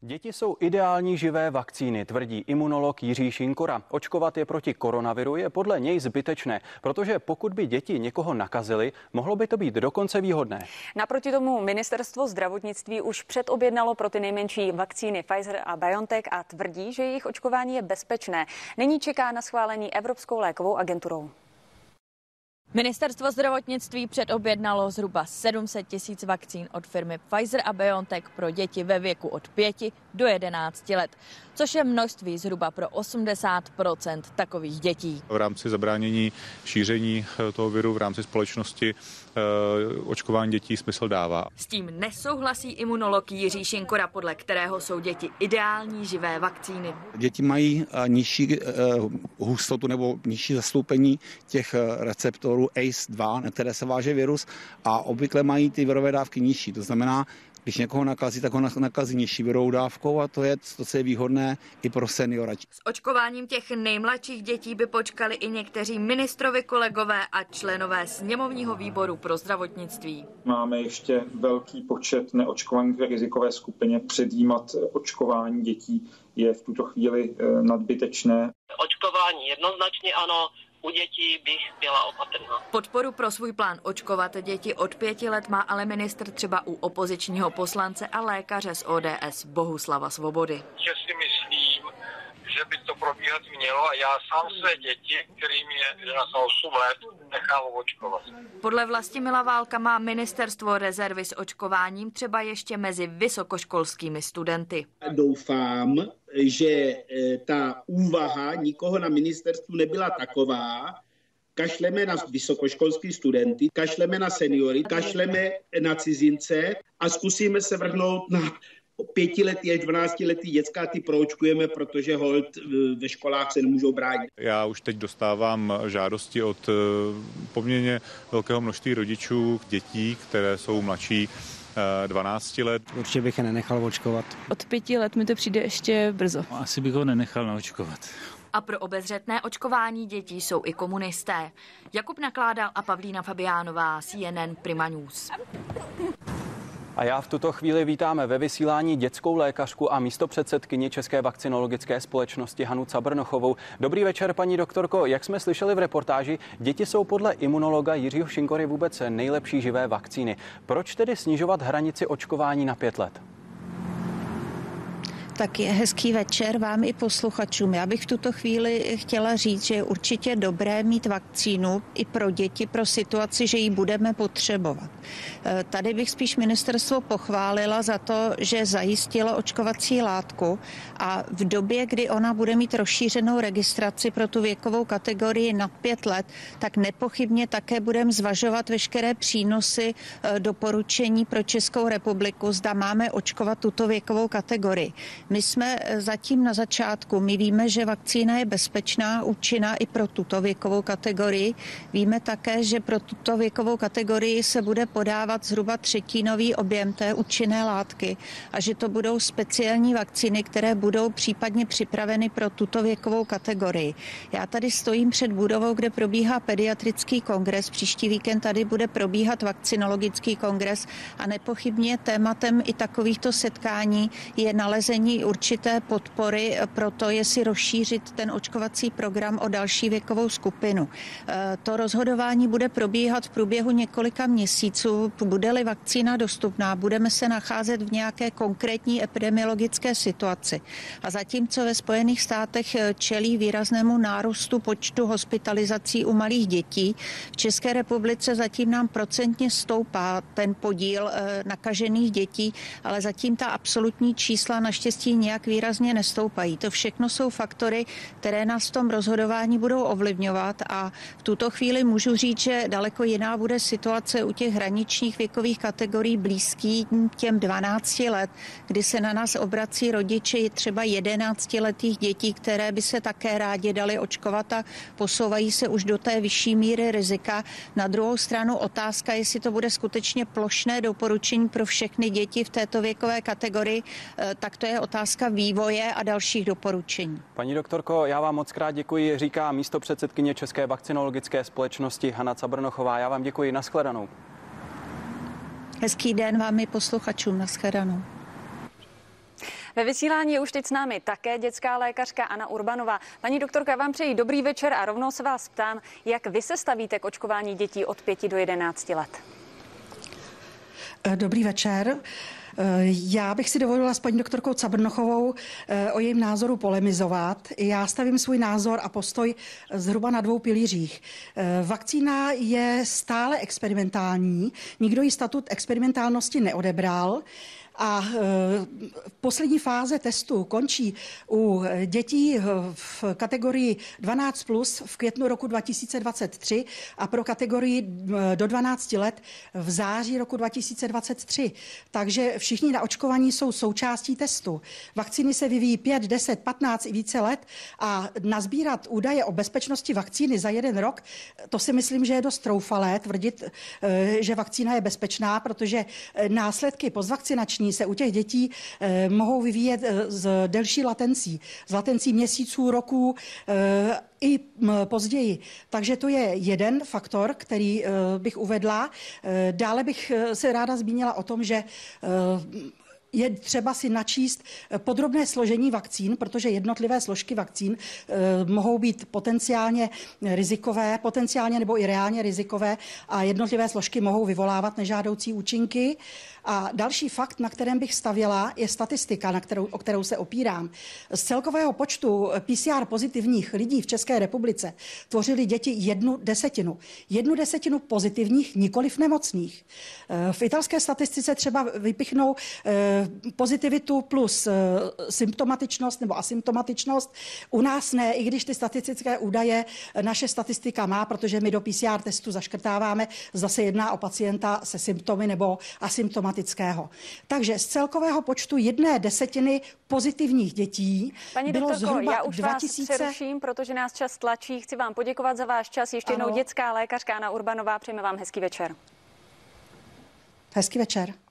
Děti jsou ideální živé vakcíny, tvrdí imunolog Jiří Šinkora. Očkovat je proti koronaviru je podle něj zbytečné, protože pokud by děti někoho nakazily, mohlo by to být dokonce výhodné. Naproti tomu ministerstvo zdravotnictví už předobjednalo pro ty nejmenší vakcíny Pfizer a BioNTech a tvrdí, že jejich očkování je bezpečné. Nyní čeká na schválení Evropskou lékovou agenturou. Ministerstvo zdravotnictví předobjednalo zhruba 700 000 vakcín od firmy Pfizer a BioNTech pro děti ve věku od 5 do 11 let, což je množství zhruba pro 80% takových dětí. V rámci zabránění šíření toho viru v rámci společnosti očkování dětí smysl dává. S tím nesouhlasí imunolog Jiří Šinkora, podle kterého jsou děti ideální živé vakcíny. Děti mají nižší hustotu nebo nižší zastoupení těch receptorů ACE2, na které se váže virus, a obvykle mají ty virové dávky nižší. To znamená, když někoho nakazí, tak ho nakazí nižší virovou dávkou a to je to, co je výhodné i pro seniory. S očkováním těch nejmladších dětí by počkali i někteří ministrovi kolegové a členové sněmovního výboru pro zdravotnictví. Máme ještě velký počet neočkovaných v rizikové skupině. Předjímat očkování dětí je v tuto chvíli nadbytečné. Očkování jednoznačně ano. U dětí bych byla opatrná. Podporu pro svůj plán očkovat děti od 5 let má ale ministr třeba u opozičního poslance a lékaře z ODS Bohuslava Svobody. Že si myslím, že by to probíhat mělo a já sám své děti, kterým je 8 let, nechám očkovat. Podle Vlastimila Válka má ministerstvo rezervy s očkováním třeba ještě mezi vysokoškolskými studenty. Doufám, že ta úvaha nikoho na ministerstvu nebyla taková. Kašleme na vysokoškolský studenty, kašleme na seniory, kašleme na cizince a zkusíme se vrhnout na 5letý až 12letý děcka, ty proočkujeme, protože holt ve školách se nemůžou bránit. Já už teď dostávám žádosti od poměrně velkého množství rodičů dětí, které jsou mladší 12 let. Určitě bych je nenechal očkovat. Od 5 let mi to přijde ještě brzo. Asi bych ho nenechal naočkovat. A pro obezřetné očkování dětí jsou i komunisté. Jakub Nakládal a Pavlína Fabiánová, CNN Prima News. A já v tuto chvíli vítáme ve vysílání dětskou lékařku a místopředsedkyni České vakcinologické společnosti Hanu Cabrnochovou. Dobrý večer, paní doktorko. Jak jsme slyšeli v reportáži, děti jsou podle imunologa Jiřího Šinkory vůbec nejlepší živé vakcíny. Proč tedy snižovat hranici očkování na 5 let? Tak je hezký večer vám i posluchačům. Já bych v tuto chvíli chtěla říct, že je určitě dobré mít vakcínu i pro děti, pro situaci, že ji budeme potřebovat. Tady bych spíš ministerstvo pochválila za to, že zajistilo očkovací látku a v době, kdy ona bude mít rozšířenou registraci pro tu věkovou kategorii nad 5 let, tak nepochybně také budeme zvažovat veškeré přínosy doporučení pro Českou republiku, zda máme očkovat tuto věkovou kategorii. My jsme zatím na začátku. My víme, že vakcína je bezpečná, účinná i pro tuto věkovou kategorii. Víme také, že pro tuto věkovou kategorii se bude podávat zhruba 3/3 objem té účinné látky a že to budou speciální vakcíny, které budou případně připraveny pro tuto věkovou kategorii. Já tady stojím před budovou, kde probíhá pediatrický kongres. Příští víkend tady bude probíhat vakcinologický kongres a nepochybně tématem i takovýchto setkání je nalezení určité podpory pro to, jestli rozšířit ten očkovací program o další věkovou skupinu. To rozhodování bude probíhat v průběhu několika měsíců. Bude-li vakcína dostupná, budeme se nacházet v nějaké konkrétní epidemiologické situaci. A zatímco ve Spojených státech čelí výraznému nárůstu počtu hospitalizací u malých dětí, v České republice zatím nám procentně stoupá ten podíl nakažených dětí, ale zatím ta absolutní čísla naštěstí nějak výrazně nestoupají. To všechno jsou faktory, které nás v tom rozhodování budou ovlivňovat a v tuto chvíli můžu říct, že daleko jiná bude situace u těch hraničních věkových kategorií blízkých těm 12 let, kdy se na nás obrací rodiči třeba 11letých dětí, které by se také rádi dali očkovat a posouvají se už do té vyšší míry rizika. Na druhou stranu otázka, jestli to bude skutečně plošné doporučení pro všechny děti v této věkové kategorii, tak to je otázka vývoje a dalších doporučení. Paní doktorko, já vám moc krát děkuji, říká místopředsedkyně České vakcinologické společnosti Hana Cabrnochová. Já vám děkuji, nashledanou. Hezký den vám i posluchačům, nashledanou. Ve vysílání je už teď s námi také dětská lékařka Anna Urbanová. Paní doktorka, já vám přeji dobrý večer a rovnou se vás ptám, jak vy se stavíte k očkování dětí od 5 do 11 let. Dobrý večer. Já bych si dovolila s paní doktorkou Cabrnochovou o jejím názoru polemizovat. Já stavím svůj názor a postoj zhruba na 2 pilířích. Vakcína je stále experimentální, nikdo jí statut experimentálnosti neodebral. A poslední fáze testu končí u dětí v kategorii 12+ v květnu roku 2023 a pro kategorii do 12 let v září roku 2023. Takže všichni naočkovaní jsou součástí testu. Vakcíny se vyvíjí 5, 10, 15 i více let a nazbírat údaje o bezpečnosti vakcíny za 1 rok, to si myslím, že je dost troufalé tvrdit, že vakcína je bezpečná, protože následky postvakcinační se u těch dětí mohou vyvíjet z delší latencí. Z latencí měsíců, roků i později. Takže to je jeden faktor, který bych uvedla. Dále bych se ráda zmínila o tom, že je třeba si načíst podrobné složení vakcín, protože jednotlivé složky vakcín mohou být potenciálně rizikové, potenciálně nebo i reálně rizikové a jednotlivé složky mohou vyvolávat nežádoucí účinky. A další fakt, na kterém bych stavěla, je statistika, o kterou se opírám. Z celkového počtu PCR pozitivních lidí v České republice tvořily děti 1/10. 1/10 pozitivních, nikoliv nemocných. V italské statistice třeba vypichnou pozitivitu plus symptomatičnost nebo asymptomatičnost. U nás ne, i když ty statistické údaje naše statistika má, protože my do PCR testu zaškrtáváme, zda se jedná o pacienta se symptomy nebo asymptomatického. Takže z celkového počtu 1/10 pozitivních dětí Paní bylo doktorko, zhruba já už 2000... vás přeruším, protože nás čas tlačí. Chci vám poděkovat za váš čas. Ještě jednou dětská lékařka Anna Urbanová. Přejeme vám hezký večer. Hezký večer.